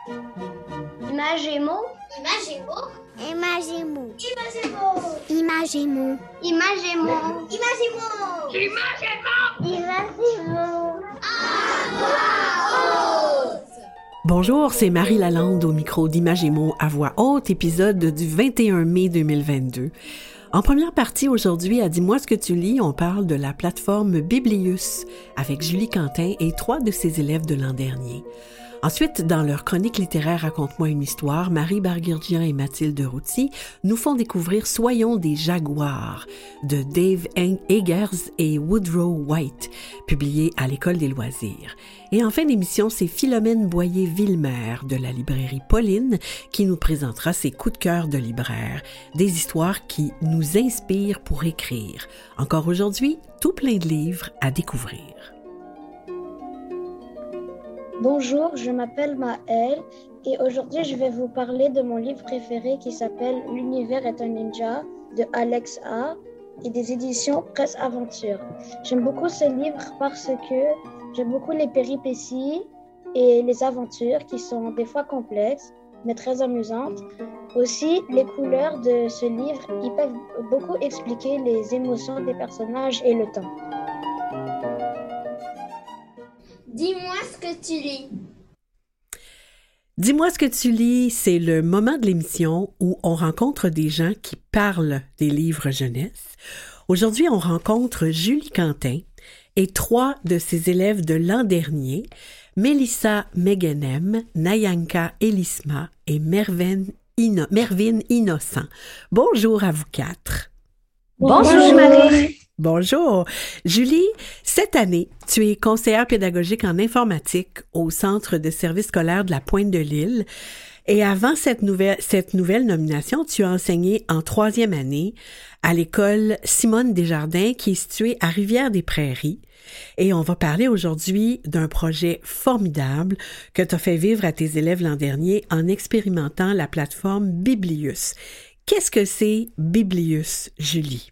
Imagémo. Imagémo. Imagémo. Imagémo. Imagémo. Imagémo. Imagémo. Imagémo. Bonjour, c'est Marie Lalande au micro d'Imagémo à voix haute, épisode du 21 mai 2022. En première partie aujourd'hui, à Dis-moi ce que tu lis, on parle de la plateforme Biblius avec Julie Quentin et 3 de ses élèves de l'an dernier. Ensuite, dans leur chronique littéraire Raconte-moi une histoire, Marie Barguirgian et Mathilde Routy nous font découvrir Soyons des jaguars de Dave Eggers et Woodrow White, publié à l'École des loisirs. Et en fin d'émission, c'est Philomène Boyer-Villemer de la librairie Pauline qui nous présentera ses coups de cœur de libraire, des histoires qui nous inspirent pour écrire. Encore aujourd'hui, tout plein de livres à découvrir. Bonjour, je m'appelle Maëlle et aujourd'hui je vais vous parler de mon livre préféré qui s'appelle L'univers est un ninja de Alex A. et des éditions Presse Aventure. J'aime beaucoup ce livre parce que j'aime beaucoup les péripéties et les aventures qui sont des fois complexes mais très amusantes. Aussi, les couleurs de ce livre qui peuvent beaucoup expliquer les émotions des personnages et le temps. Dis-moi ce que tu lis. Dis-moi ce que tu lis, c'est le moment de l'émission où on rencontre des gens qui parlent des livres jeunesse. Aujourd'hui, on rencontre Julie Quentin et 3 de ses élèves de l'an dernier, Mélissa Megenem, Nayanka Elisma et Mervyn Innocent. Bonjour à vous 4. Bonjour Marie. Bonjour. Julie, cette année, tu es conseillère pédagogique en informatique au Centre de services scolaires de la Pointe-de-l'Île. Et avant cette nouvelle nomination, tu as enseigné en 3e année à l'école Simone Desjardins qui est située à Rivière-des-Prairies. Et on va parler aujourd'hui d'un projet formidable que tu as fait vivre à tes élèves l'an dernier en expérimentant la plateforme Biblius. Qu'est-ce que c'est Biblius, Julie?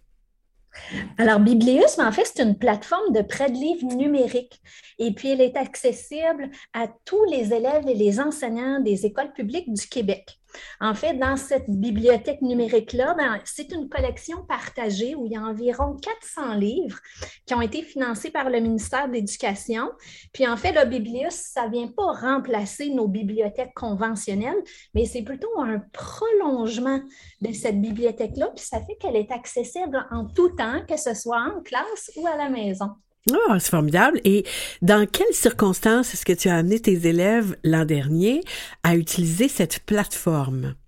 Alors, Biblius, en fait, c'est une plateforme de prêt de livres numériques. Et puis, elle est accessible à tous les élèves et les enseignants des écoles publiques du Québec. En fait, dans cette bibliothèque numérique-là, c'est une collection partagée où il y a environ 400 livres qui ont été financés par le ministère de l'Éducation. Puis, en fait, le Biblius, ça ne vient pas remplacer nos bibliothèques conventionnelles, mais c'est plutôt un prolongement de cette bibliothèque-là. Puis, ça fait qu'elle est accessible en tout temps, que ce soit en classe ou à la maison. Oh, c'est formidable. Et dans quelles circonstances est-ce que tu as amené tes élèves l'an dernier à utiliser cette plateforme?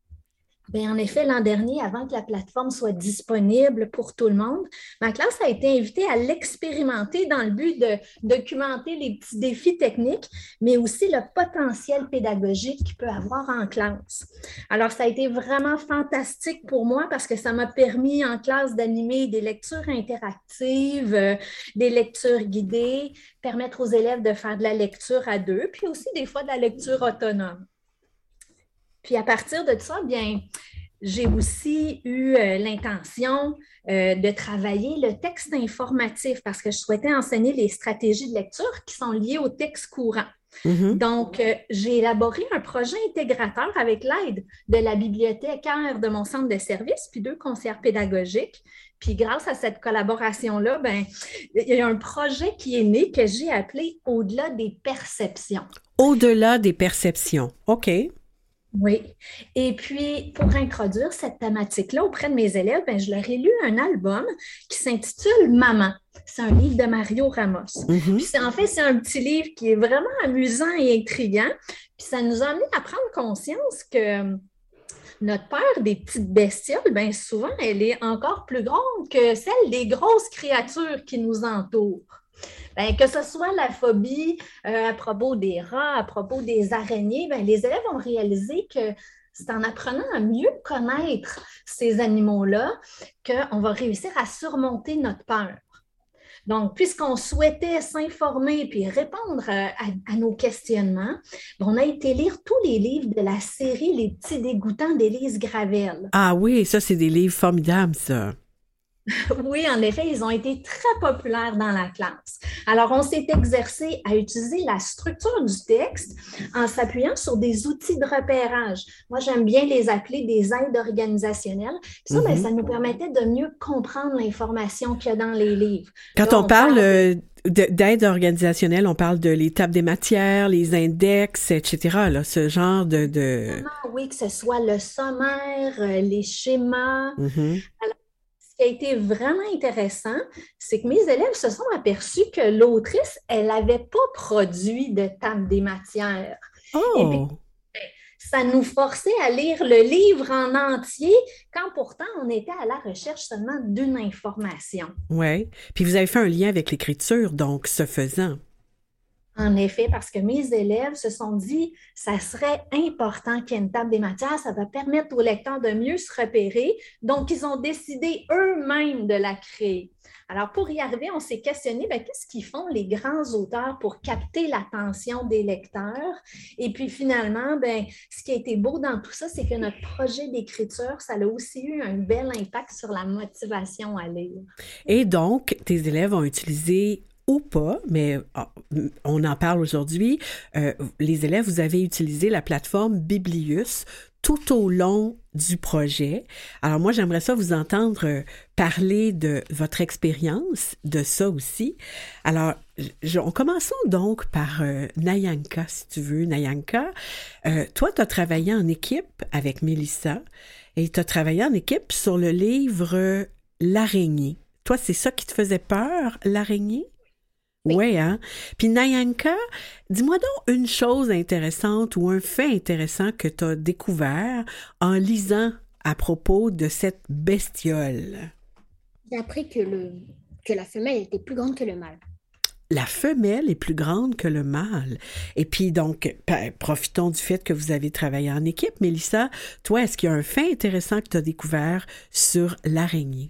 Bien, en effet, l'an dernier, avant que la plateforme soit disponible pour tout le monde, ma classe a été invitée à l'expérimenter dans le but de documenter les petits défis techniques, mais aussi le potentiel pédagogique qu'il peut avoir en classe. Alors, ça a été vraiment fantastique pour moi parce que ça m'a permis en classe d'animer des lectures interactives, des lectures guidées, permettre aux élèves de faire de la lecture à 2, puis aussi des fois de la lecture autonome. Puis à partir de ça, bien, j'ai aussi eu l'intention de travailler le texte informatif parce que je souhaitais enseigner les stratégies de lecture qui sont liées au texte courant. Mm-hmm. Donc, j'ai élaboré un projet intégrateur avec l'aide de la bibliothécaire de mon centre de service, puis 2 conseillères pédagogiques. Puis grâce à cette collaboration-là, bien, il y a un projet qui est né que j'ai appelé « Au-delà des perceptions ». Au-delà des perceptions, OK. Oui. Et puis, pour introduire cette thématique-là auprès de mes élèves, bien, je leur ai lu un album qui s'intitule « Maman ». C'est un livre de Mario Ramos. Mm-hmm. Puis en fait, c'est un petit livre qui est vraiment amusant et intriguant. Puis ça nous a amené à prendre conscience que notre peur des petites bestioles, bien souvent, elle est encore plus grande que celle des grosses créatures qui nous entourent. Bien, que ce soit la phobie à propos des rats, à propos des araignées, bien, les élèves ont réalisé que c'est en apprenant à mieux connaître ces animaux-là qu'on va réussir à surmonter notre peur. Donc, puisqu'on souhaitait s'informer puis répondre à nos questionnements, on a été lire tous les livres de la série Les Petits Dégoûtants d'Élise Gravel. Ah oui, ça, c'est des livres formidables, ça. Oui, en effet, ils ont été très populaires dans la classe. Alors, on s'est exercé à utiliser la structure du texte en s'appuyant sur des outils de repérage. Moi, j'aime bien les appeler des aides organisationnelles. Puis ça, ben, ça nous permettait de mieux comprendre l'information qu'il y a dans les livres. Quand Là, on parle d'aide organisationnelle, on parle de l'étape des matières, les index, etc., là, ce genre de... Oui, que ce soit le sommaire, les schémas. Mhm. Ce qui a été vraiment intéressant, c'est que mes élèves se sont aperçus que l'autrice, elle n'avait pas produit de table des matières. Et puis, Oh! ça nous forçait à lire le livre en entier, quand pourtant on était à la recherche seulement d'une information. Ouais. Puis vous avez fait un lien avec l'écriture, donc, ce faisant. En effet, parce que mes élèves se sont dit, ça serait important qu'il y ait une table des matières, ça va permettre aux lecteurs de mieux se repérer. Donc, ils ont décidé eux-mêmes de la créer. Alors, pour y arriver, on s'est questionné, bien, qu'est-ce qu'ils font les grands auteurs pour capter l'attention des lecteurs? Et puis, finalement, bien, ce qui a été beau dans tout ça, c'est que notre projet d'écriture, ça a aussi eu un bel impact sur la motivation à lire. Et donc, tes élèves ont utilisé ou pas, mais on en parle aujourd'hui, les élèves, vous avez utilisé la plateforme Biblius tout au long du projet. Alors moi, j'aimerais ça vous entendre parler de votre expérience, de ça aussi. Alors, commençons donc par Nayanka, si tu veux. Nayanka, toi, tu as travaillé en équipe avec Mélissa et tu as travaillé en équipe sur le livre L'araignée. Toi, c'est ça qui te faisait peur, l'araignée? Oui, hein? Puis Nayanka, dis-moi donc une chose intéressante ou un fait intéressant que tu as découvert en lisant à propos de cette bestiole. J'ai appris que la femelle était plus grande que le mâle. La femelle est plus grande que le mâle. Et puis donc, profitons du fait que vous avez travaillé en équipe. Mélissa, toi, est-ce qu'il y a un fait intéressant que tu as découvert sur l'araignée?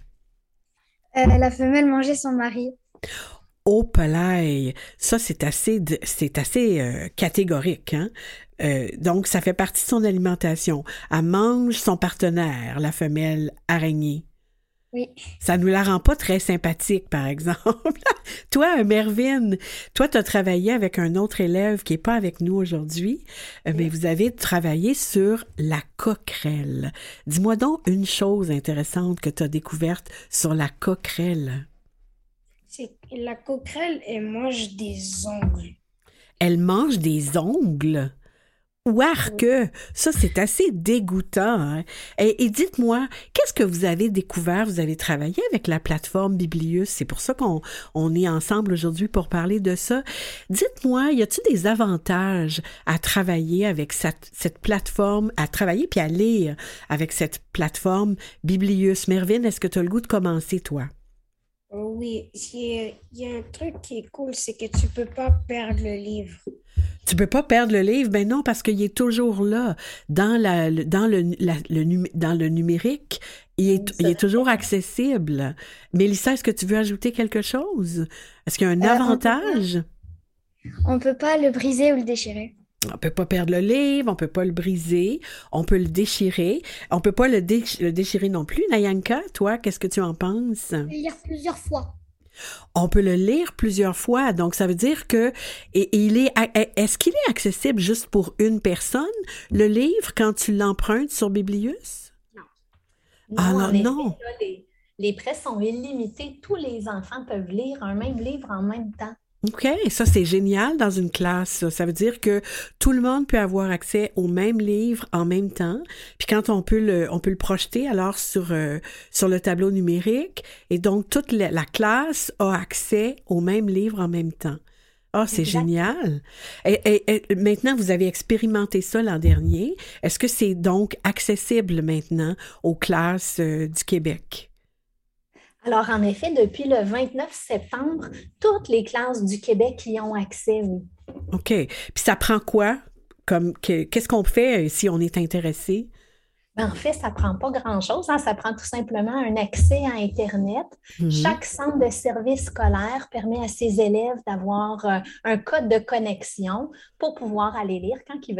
La femelle mangeait son mari. Au palais, ça c'est assez catégorique, hein? Donc ça fait partie de son alimentation. Elle mange son partenaire, la femelle araignée. Oui. Ça nous la rend pas très sympathique, par exemple. Toi, Mervyn, toi, tu as travaillé avec un autre élève qui est pas avec nous aujourd'hui, mais vous avez travaillé sur la coquerelle. Dis-moi donc une chose intéressante que tu as découverte sur la coquerelle. C'est que la coquerelle, elle mange des ongles. Elle mange des ongles? Ouarque! Ça, c'est assez dégoûtant. Hein? Et dites-moi, qu'est-ce que vous avez découvert? Vous avez travaillé avec la plateforme Biblius. C'est pour ça qu'on est ensemble aujourd'hui pour parler de ça. Dites-moi, y a-t-il des avantages à travailler avec cette plateforme, à travailler puis à lire avec cette plateforme Biblius? Mervyn, est-ce que tu as le goût de commencer, toi? Oui, il y a un truc qui est cool, c'est que tu peux pas perdre le livre. Tu peux pas perdre le livre? Ben non, parce qu'il est toujours là. Dans le numérique, il est toujours accessible. Mélissa, est-ce que tu veux ajouter quelque chose? Est-ce qu'il y a un avantage? On peut pas le briser ou le déchirer. On peut pas perdre le livre, on peut pas le briser, on peut le déchirer. On peut pas le déchirer non plus. Nayanka, toi, qu'est-ce que tu en penses? Le lire plusieurs fois. On peut le lire plusieurs fois, donc ça veut dire que est-ce qu'il est accessible juste pour une personne, le livre, quand tu l'empruntes sur Biblius? Non. Ah Non, non, en effet, non. là, les prêts sont illimités. Tous les enfants peuvent lire un même livre en même temps. OK, ça c'est génial dans une classe. Ça veut dire que tout le monde peut avoir accès au même livre en même temps. Puis quand on peut le projeter alors sur le tableau numérique, et donc toute la classe a accès au même livre en même temps. Ah, c'est Exact. Génial. Et maintenant, vous avez expérimenté ça l'an dernier. Est-ce que c'est donc accessible maintenant aux classes du Québec? Alors, en effet, depuis le 29 septembre, toutes les classes du Québec y ont accès, oui. OK. Puis ça prend quoi? Qu'est-ce qu'on fait si on est intéressé? Ben, en fait, ça ne prend pas grand-chose, hein. Ça prend tout simplement un accès à Internet. Mhm. Chaque centre de service scolaire permet à ses élèves d'avoir un code de connexion pour pouvoir aller lire quand ils veulent.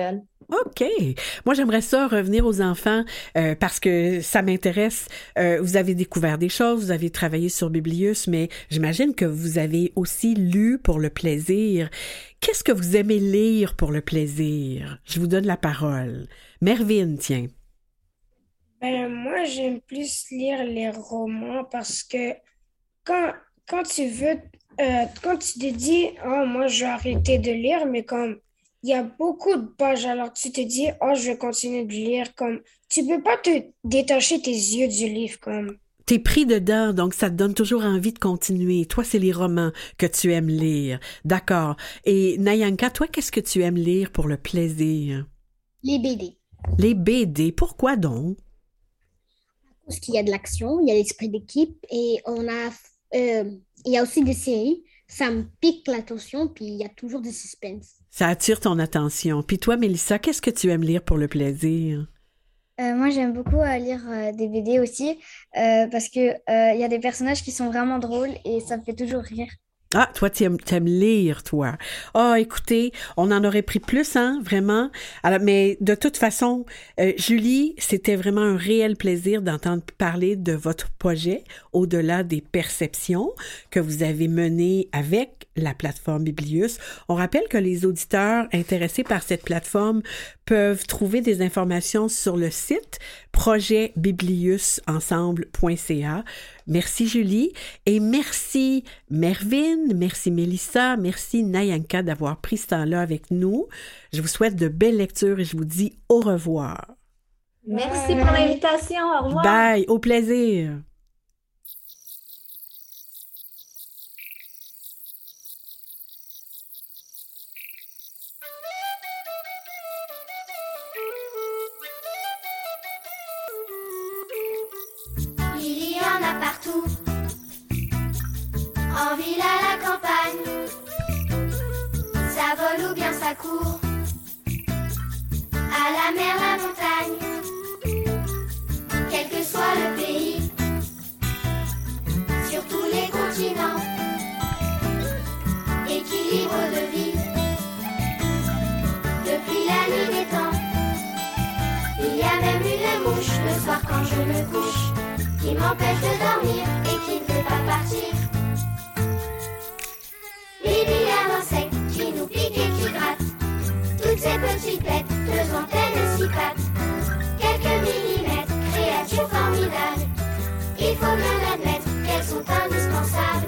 OK. Moi, j'aimerais ça revenir aux enfants parce que ça m'intéresse. Vous avez découvert des choses, vous avez travaillé sur Biblius, mais j'imagine que vous avez aussi lu pour le plaisir. Qu'est-ce que vous aimez lire pour le plaisir? Je vous donne la parole. Mervyn, tiens. Moi, j'aime plus lire les romans parce que quand, quand tu veux, quand tu te dis, oh, moi, je vais arrêter de lire, mais comme il y a beaucoup de pages, alors tu te dis, oh, je vais continuer de lire, comme tu peux pas te détacher tes yeux du livre, comme. T'es pris dedans, donc ça te donne toujours envie de continuer. Toi, c'est les romans que tu aimes lire. D'accord. Et Nayanka, toi, qu'est-ce que tu aimes lire pour le plaisir? Les BD. Les BD. Pourquoi donc? Parce qu'il y a de l'action, il y a l'esprit d'équipe et il y a aussi des séries. Ça me pique l'attention, puis il y a toujours du suspense. Ça attire ton attention. Puis toi, Mélissa, qu'est-ce que tu aimes lire pour le plaisir? Moi, j'aime beaucoup lire des BD aussi parce que il y a des personnages qui sont vraiment drôles et ça me fait toujours rire. Ah, toi, t'aimes lire, toi. Ah, écoutez, on en aurait pris plus, hein, vraiment. Alors, mais de toute façon, Julie, c'était vraiment un réel plaisir d'entendre parler de votre projet au-delà des perceptions que vous avez menées avec la plateforme Biblius. On rappelle que les auditeurs intéressés par cette plateforme peuvent trouver des informations sur le site projetbibliusensemble.ca. Merci Julie et merci Mervyn, merci Mélissa, merci Nayanka d'avoir pris ce temps-là avec nous. Je vous souhaite de belles lectures et je vous dis au revoir. Merci pour l'invitation. Au revoir. Bye, au plaisir. Partout, en ville à la campagne, ça vole ou bien ça court, à la mer, la montagne, quel que soit le pays, sur tous les continents, équilibre de vie, depuis la nuit des temps, il y a même une mouche le soir quand je me couche, qui m'empêche de dormir et qui ne veut pas partir. Les milliards d'insectes qui nous piquent et qui grattent, toutes ces petites bêtes, 2 antennes et 6 pattes, quelques millimètres, créatures formidables, il faut bien l'admettre qu'elles sont indispensables.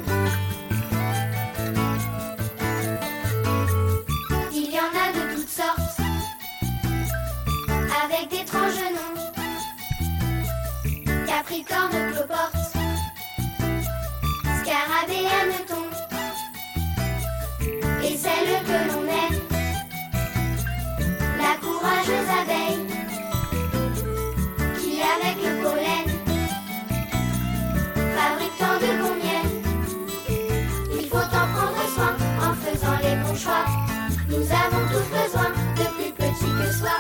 Il y en a de toutes sortes, avec d'étranges noms. Capricorne, cloporte, scarabée, hanneton, et celle que l'on aime, la courageuse abeille, qui avec le pollen fabrique tant de bon miel. Il faut en prendre soin en faisant les bons choix. Nous avons tous besoin de plus petits que soi.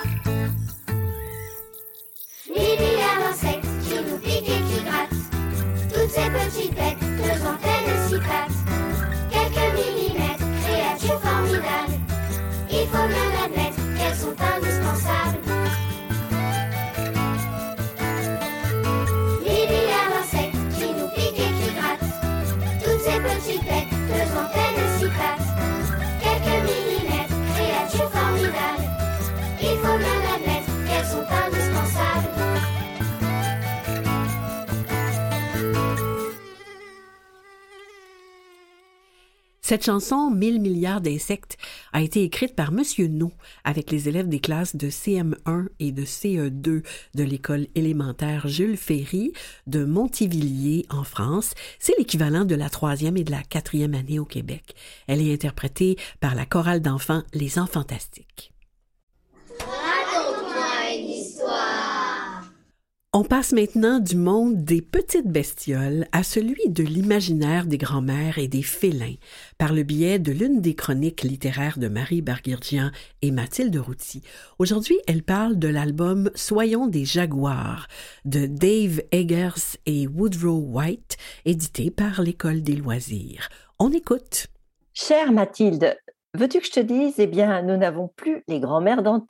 Les milliards d'insectes qui nous piquent et qui grattent, toutes ces petites bêtes, 2 antennes et 6 pattes, quelques millimètres, créatures formidables, il faut bien l'admettre qu'elles sont indispensables. Les milliards d'insectes qui nous piquent et qui grattent, toutes ces petites bêtes, 2 antennes et 6 pattes, quelques millimètres, créatures formidables, il faut bien l'admettre qu'elles sont indispensables. Cette chanson, 1000 milliards d'insectes, a été écrite par Monsieur No avec les élèves des classes de CM1 et de CE2 de l'école élémentaire Jules Ferry de Montivilliers en France. C'est l'équivalent de la 3e et de la 4e année au Québec. Elle est interprétée par la chorale d'enfants Les Enfantastiques. Raconte-moi une histoire. On passe maintenant du monde des petites bestioles à celui de l'imaginaire des grands-mères et des félins, par le biais de l'une des chroniques littéraires de Marie Barguirgian et Mathilde Routy. Aujourd'hui, elle parle de l'album Soyons des jaguars de Dave Eggers et Woodrow White, édité par l'École des loisirs. On écoute. Chère Mathilde, veux-tu que je te dise, eh bien, nous n'avons plus les grands-mères d'antan.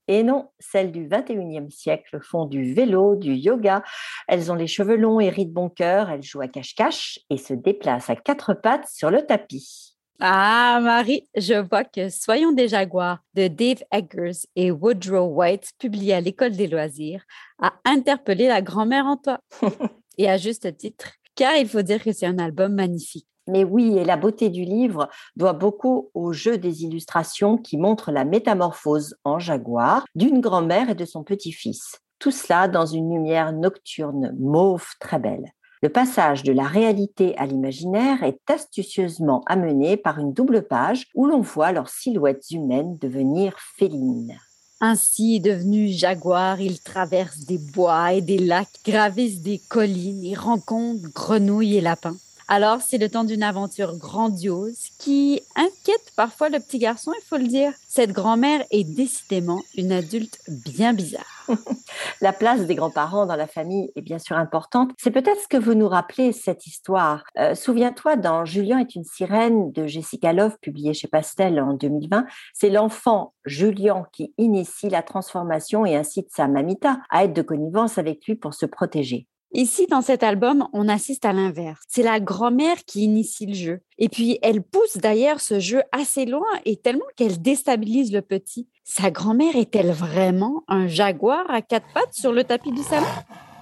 Et non, celles du 21e siècle font du vélo, du yoga. Elles ont les cheveux longs et rient de bon cœur. Elles jouent à cache-cache et se déplacent à quatre pattes sur le tapis. Ah, Marie, je vois que Soyons des Jaguars de Dave Eggers et Woodrow White, publié à l'École des loisirs, a interpellé la grand-mère en toi. Et à juste titre, car il faut dire que c'est un album magnifique. Mais oui, et la beauté du livre doit beaucoup au jeu des illustrations qui montrent la métamorphose en jaguar d'une grand-mère et de son petit-fils. Tout cela dans une lumière nocturne mauve très belle. Le passage de la réalité à l'imaginaire est astucieusement amené par une double page où l'on voit leurs silhouettes humaines devenir félines. Ainsi, devenus jaguars, ils traversent des bois et des lacs, gravissent des collines et rencontrent grenouilles et lapins. Alors, c'est le temps d'une aventure grandiose qui inquiète parfois le petit garçon, il faut le dire. Cette grand-mère est décidément une adulte bien bizarre. La place des grands-parents dans la famille est bien sûr importante. C'est peut-être ce que vous nous rappelez cette histoire. Souviens-toi, dans Julien est une sirène de Jessica Love, publiée chez Pastel en 2020, c'est l'enfant Julien qui initie la transformation et incite sa mamita à être de connivence avec lui pour se protéger. Ici, dans cet album, on assiste à l'inverse. C'est la grand-mère qui initie le jeu. Et puis, elle pousse d'ailleurs ce jeu assez loin et tellement qu'elle déstabilise le petit. Sa grand-mère est-elle vraiment un jaguar à quatre pattes sur le tapis du salon?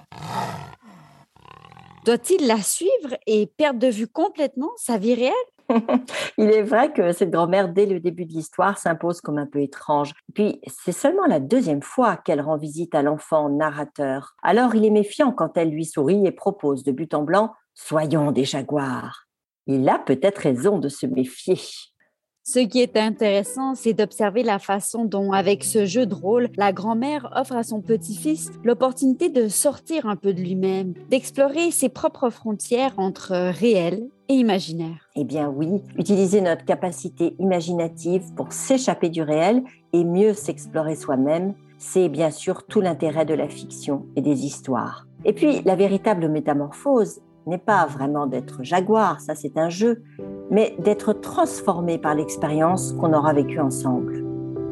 Doit-il la suivre et perdre de vue complètement sa vie réelle? Il est vrai que cette grand-mère, dès le début de l'histoire, s'impose comme un peu étrange. Puis, c'est seulement la deuxième fois qu'elle rend visite à l'enfant narrateur. Alors, il est méfiant quand elle lui sourit et propose de but en blanc « Soyons des jaguars ». Il a peut-être raison de se méfier. Ce qui est intéressant, c'est d'observer la façon dont, avec ce jeu de rôle, la grand-mère offre à son petit-fils l'opportunité de sortir un peu de lui-même, d'explorer ses propres frontières entre réel et imaginaire. Eh bien oui, utiliser notre capacité imaginative pour s'échapper du réel et mieux s'explorer soi-même, c'est bien sûr tout l'intérêt de la fiction et des histoires. Et puis, la véritable métamorphose n'est pas vraiment d'être jaguar, ça c'est un jeu, mais d'être transformé par l'expérience qu'on aura vécue ensemble.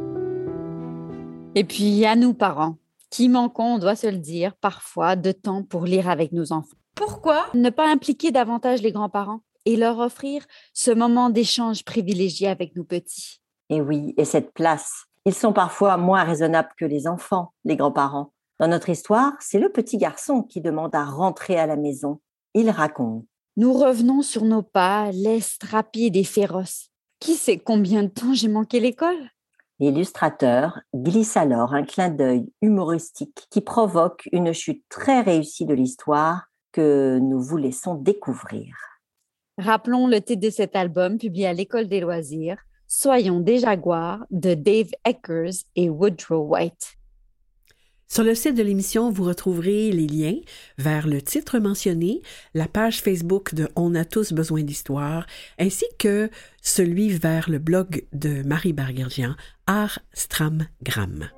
Et puis, à nous parents, qui manquons, on doit se le dire, parfois de temps pour lire avec nos enfants. Pourquoi ne pas impliquer davantage les grands-parents et leur offrir ce moment d'échange privilégié avec nos petits? Et oui, et cette place, ils sont parfois moins raisonnables que les enfants, les grands-parents. Dans notre histoire, c'est le petit garçon qui demande à rentrer à la maison. Il raconte. Nous revenons sur nos pas, lestes rapides et féroces. Qui sait combien de temps j'ai manqué l'école? L'illustrateur glisse alors un clin d'œil humoristique qui provoque une chute très réussie de l'histoire que nous vous laissons découvrir. Rappelons le titre de cet album publié à l'École des loisirs, Soyons des jaguars de Dave Eggers et Woodrow White. Sur le site de l'émission, vous retrouverez les liens vers le titre mentionné, la page Facebook de On a tous besoin d'histoire, ainsi que celui vers le blog de Marie Barguergian, Art Stramgram.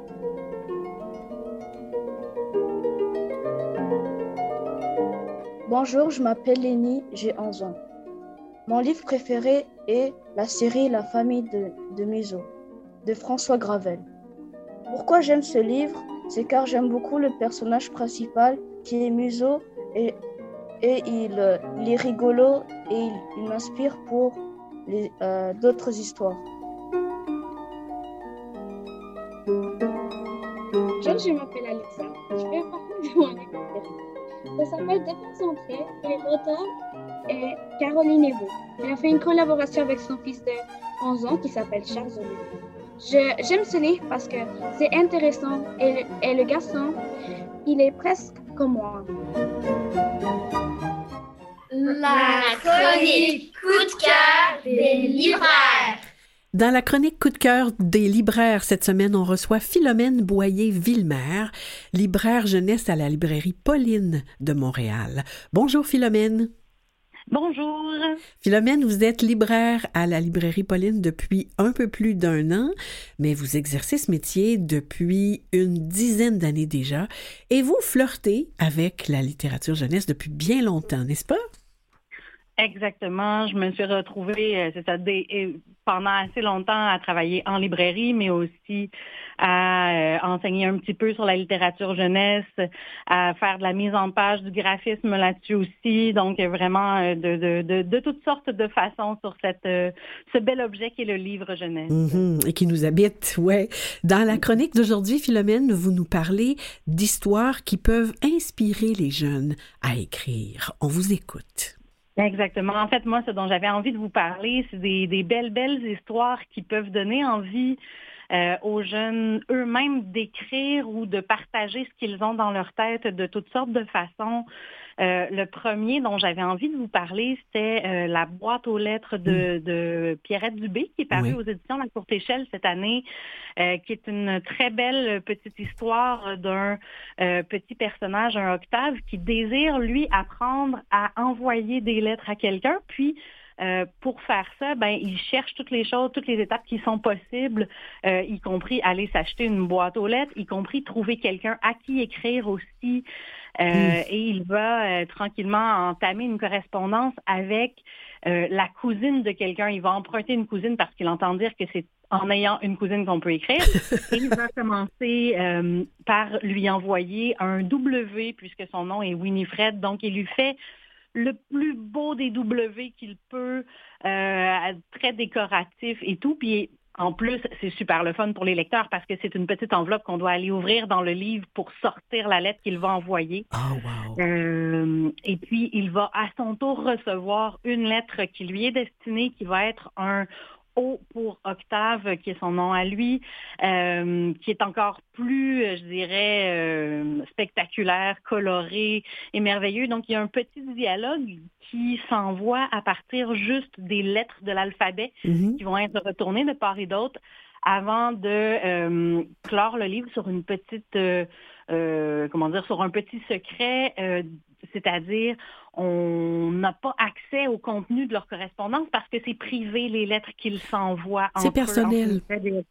Bonjour, je m'appelle Lénie, j'ai 11 ans. Mon livre préféré est la série La famille de Museau, de François Gravel. Pourquoi j'aime ce livre? C'est car j'aime beaucoup le personnage principal qui est Museau et il est rigolo et il m'inspire pour d'autres histoires. Bonjour, je m'appelle Alexa. Je fais partie de mon livre préféré. Ça s'appelle Déconcentré et l'auteur est Caroline Evo. Elle a fait une collaboration avec son fils de 11 ans qui s'appelle Charles Olivier. J'aime ce livre parce que c'est intéressant et le garçon, il est presque comme moi. La chronique coup de cœur des libraires. Dans la chronique coup de cœur des libraires, cette semaine, on reçoit Philomène Boyer-Villemer, libraire jeunesse à la librairie Pauline de Montréal. Bonjour Philomène. Bonjour. Philomène, vous êtes libraire à la librairie Pauline depuis un peu plus d'1 an, mais vous exercez ce métier depuis une dizaine d'années déjà et vous flirtez avec la littérature jeunesse depuis bien longtemps, n'est-ce pas? Exactement. Je me suis retrouvée, pendant assez longtemps à travailler en librairie, mais aussi à enseigner un petit peu sur la littérature jeunesse, à faire de la mise en page, du graphisme là-dessus aussi. Donc, vraiment de toutes sortes de façons sur ce bel objet qui est le livre jeunesse. Et qui nous habite, ouais. Dans la chronique d'aujourd'hui, Philomène, vous nous parlez d'histoires qui peuvent inspirer les jeunes à écrire. On vous écoute. Exactement. En fait, moi, ce dont j'avais envie de vous parler, c'est des belles histoires qui peuvent donner envie aux jeunes eux-mêmes d'écrire ou de partager ce qu'ils ont dans leur tête de toutes sortes de façons. Le premier dont j'avais envie de vous parler, c'était La boîte aux lettres de Pierrette Dubé, qui est paru aux éditions La Courte Échelle cette année, qui est une très belle petite histoire d'un petit personnage, un Octave, qui désire, lui, apprendre à envoyer des lettres à quelqu'un, puis pour faire ça, il cherche toutes les choses, toutes les étapes qui sont possibles, y compris aller s'acheter une boîte aux lettres, y compris trouver quelqu'un à qui écrire aussi. Et il va tranquillement entamer une correspondance avec la cousine de quelqu'un. Il va emprunter une cousine parce qu'il entend dire que c'est en ayant une cousine qu'on peut écrire. Et il va commencer par lui envoyer un W, puisque son nom est Winifred. Donc, il lui fait le plus beau des W qu'il peut, très décoratif et tout. Puis en plus, c'est super le fun pour les lecteurs parce que c'est une petite enveloppe qu'on doit aller ouvrir dans le livre pour sortir la lettre qu'il va envoyer. Oh, wow. Et puis, il va à son tour recevoir une lettre qui lui est destinée, qui va être un O pour Octave, qui est son nom à lui, qui est encore plus, je dirais, spectaculaire, coloré et merveilleux. Donc, il y a un petit dialogue qui s'envoie à partir juste des lettres de l'alphabet qui vont être retournées de part et d'autre avant de clore le livre sur une petite, sur un petit secret, c'est-à-dire on n'a pas accès au contenu de leur correspondance parce que c'est privé, les lettres qu'ils s'envoient. C'est personnel.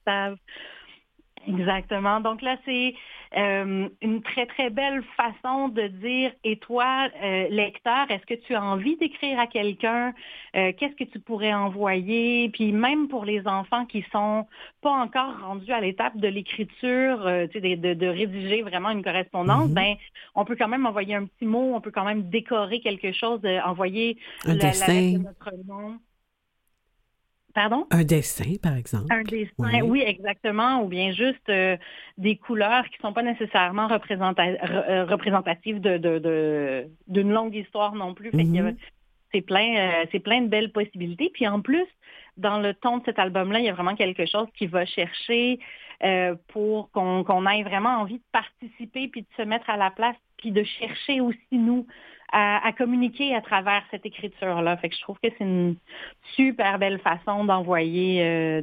Exactement. Donc là, c'est une très, très belle façon de dire, et toi, lecteur, est-ce que tu as envie d'écrire à quelqu'un? Qu'est-ce que tu pourrais envoyer? Puis même pour les enfants qui sont pas encore rendus à l'étape de l'écriture, de rédiger vraiment une correspondance, on peut quand même envoyer un petit mot, on peut quand même décorer quelque chose, envoyer un dessin. La lettre de notre nom. Pardon? Un dessin, par exemple. Un dessin, oui, exactement. Ou bien juste des couleurs qui ne sont pas nécessairement représentatives d'une longue histoire non plus. Fait que c'est plein de belles possibilités. Puis en plus, dans le ton de cet album-là, il y a vraiment quelque chose qui va chercher pour qu'on ait vraiment envie de participer puis de se mettre à la place puis de chercher aussi, nous, à communiquer à travers cette écriture-là. Fait que je trouve que c'est une super belle façon d'envoyer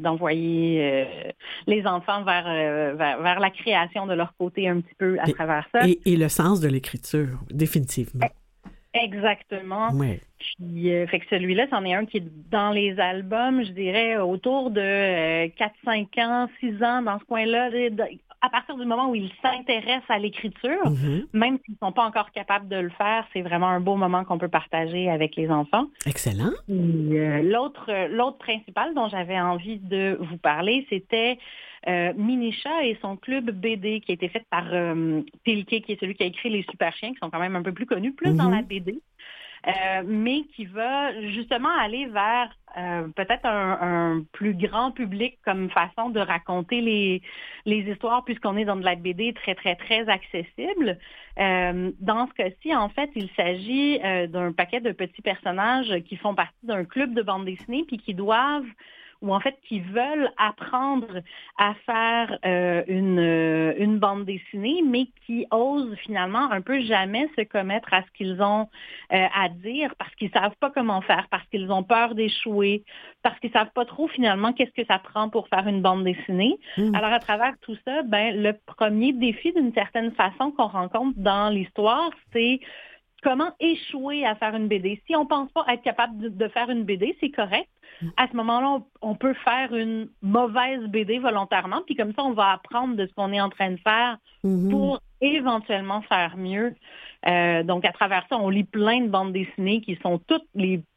les enfants vers la création de leur côté un petit peu à travers ça. Et le sens de l'écriture, définitivement. Exactement. Ouais. Puis, fait que celui-là, c'en est un qui est dans les albums, je dirais, autour de 4-5 ans, 6 ans, dans ce coin-là, à partir du moment où ils s'intéressent à l'écriture, même s'ils ne sont pas encore capables de le faire, c'est vraiment un beau moment qu'on peut partager avec les enfants. Excellent. L'autre principal dont j'avais envie de vous parler, c'était Minisha et son club BD qui a été fait par Pilke, qui est celui qui a écrit Les Super Chiens, qui sont quand même un peu plus connus, plus dans la BD. Mais qui va justement aller vers peut-être un plus grand public comme façon de raconter les histoires, puisqu'on est dans de la BD très, très, très accessible. Dans ce cas-ci, en fait, il s'agit d'un paquet de petits personnages qui font partie d'un club de bande dessinée puis qui doivent ou en fait qui veulent apprendre à faire une bande dessinée, mais qui osent finalement un peu jamais se commettre à ce qu'ils ont à dire parce qu'ils savent pas comment faire, parce qu'ils ont peur d'échouer, parce qu'ils savent pas trop finalement qu'est-ce que ça prend pour faire une bande dessinée. Alors à travers tout ça, le premier défi d'une certaine façon qu'on rencontre dans l'histoire, c'est comment échouer à faire une BD. Si on pense pas être capable de faire une BD, c'est correct. À ce moment-là, on peut faire une mauvaise BD volontairement, puis comme ça, on va apprendre de ce qu'on est en train de faire pour éventuellement faire mieux. Donc, à travers ça, on lit plein de bandes dessinées qui sont toutes les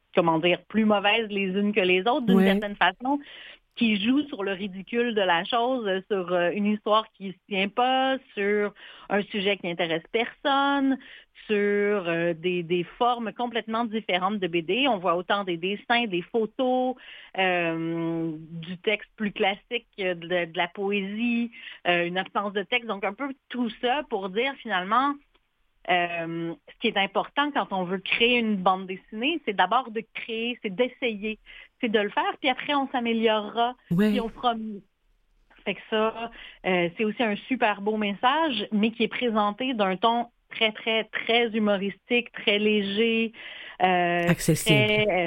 plus mauvaises les unes que les autres d'une certaine façon, qui jouent sur le ridicule de la chose, sur une histoire qui ne se tient pas, sur un sujet qui n'intéresse personne, sur des formes complètement différentes de BD. On voit autant des dessins, des photos, du texte plus classique, de la poésie, une absence de texte. Donc, un peu tout ça pour dire finalement, ce qui est important quand on veut créer une bande dessinée, c'est d'abord de créer, c'est d'essayer, c'est de le faire, puis après on s'améliorera, puis on fera mieux. Fait que ça, c'est aussi un super beau message, mais qui est présenté d'un ton très, très, très humoristique, très léger. Accessible.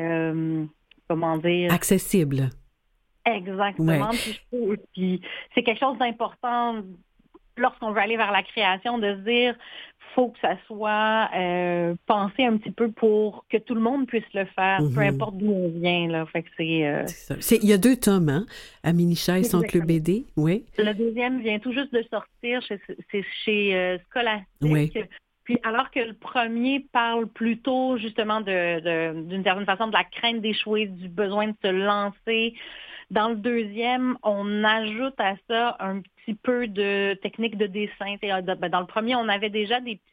Très, accessible. Exactement. Puis c'est quelque chose d'important lorsqu'on veut aller vers la création, de se dire faut que ça soit pensé un petit peu pour que tout le monde puisse le faire, peu importe d'où on vient. Là. Fait que il y a 2 tomes, hein, à Minisha et son club BD. Oui. Le deuxième vient tout juste de sortir, c'est chez Scholastique. Oui. Puis alors que le premier parle plutôt justement d'une certaine façon de la crainte d'échouer, du besoin de se lancer. Dans le deuxième, on ajoute à ça un petit peu de technique de dessin. Dans le premier, on avait déjà des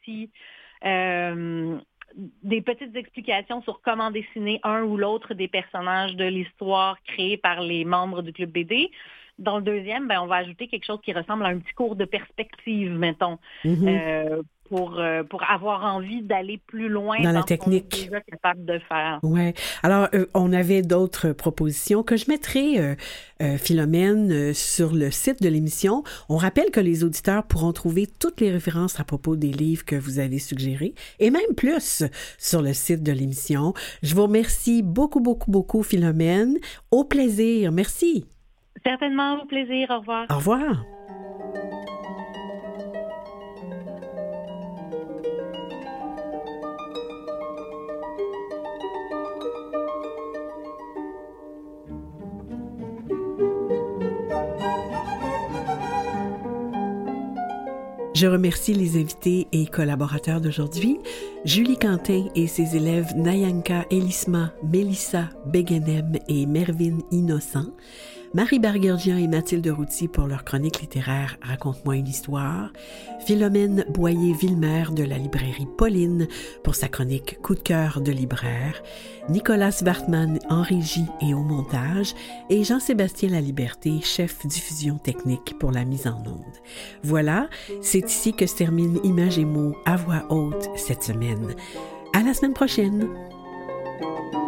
petites explications sur comment dessiner un ou l'autre des personnages de l'histoire créés par les membres du Club BD. Dans le deuxième, on va ajouter quelque chose qui ressemble à un petit cours de perspective, mettons, pour avoir envie d'aller plus loin dans la technique qu'on est déjà capable de faire. Oui. Alors, on avait d'autres propositions que je mettrai, Philomène, sur le site de l'émission. On rappelle que les auditeurs pourront trouver toutes les références à propos des livres que vous avez suggérés, et même plus sur le site de l'émission. Je vous remercie beaucoup, beaucoup, beaucoup, Philomène. Au plaisir. Merci. Certainement, au plaisir. Au revoir. Au revoir. Je remercie les invités et collaborateurs d'aujourd'hui, Julie Quentin et ses élèves Nayanka Elisma, Mélissa Beguenem et Mervyn Innocent, Marie Barguergian et Mathilde Routy pour leur chronique littéraire « Raconte-moi une histoire », Philomène Boyer-Villemer de la librairie Pauline pour sa chronique « Coup de cœur de libraire », Nicolas Bartman en régie et au montage et Jean-Sébastien Laliberté, chef diffusion technique pour la mise en onde. Voilà, c'est ici que se termine Images et mots à voix haute cette semaine. À la semaine prochaine!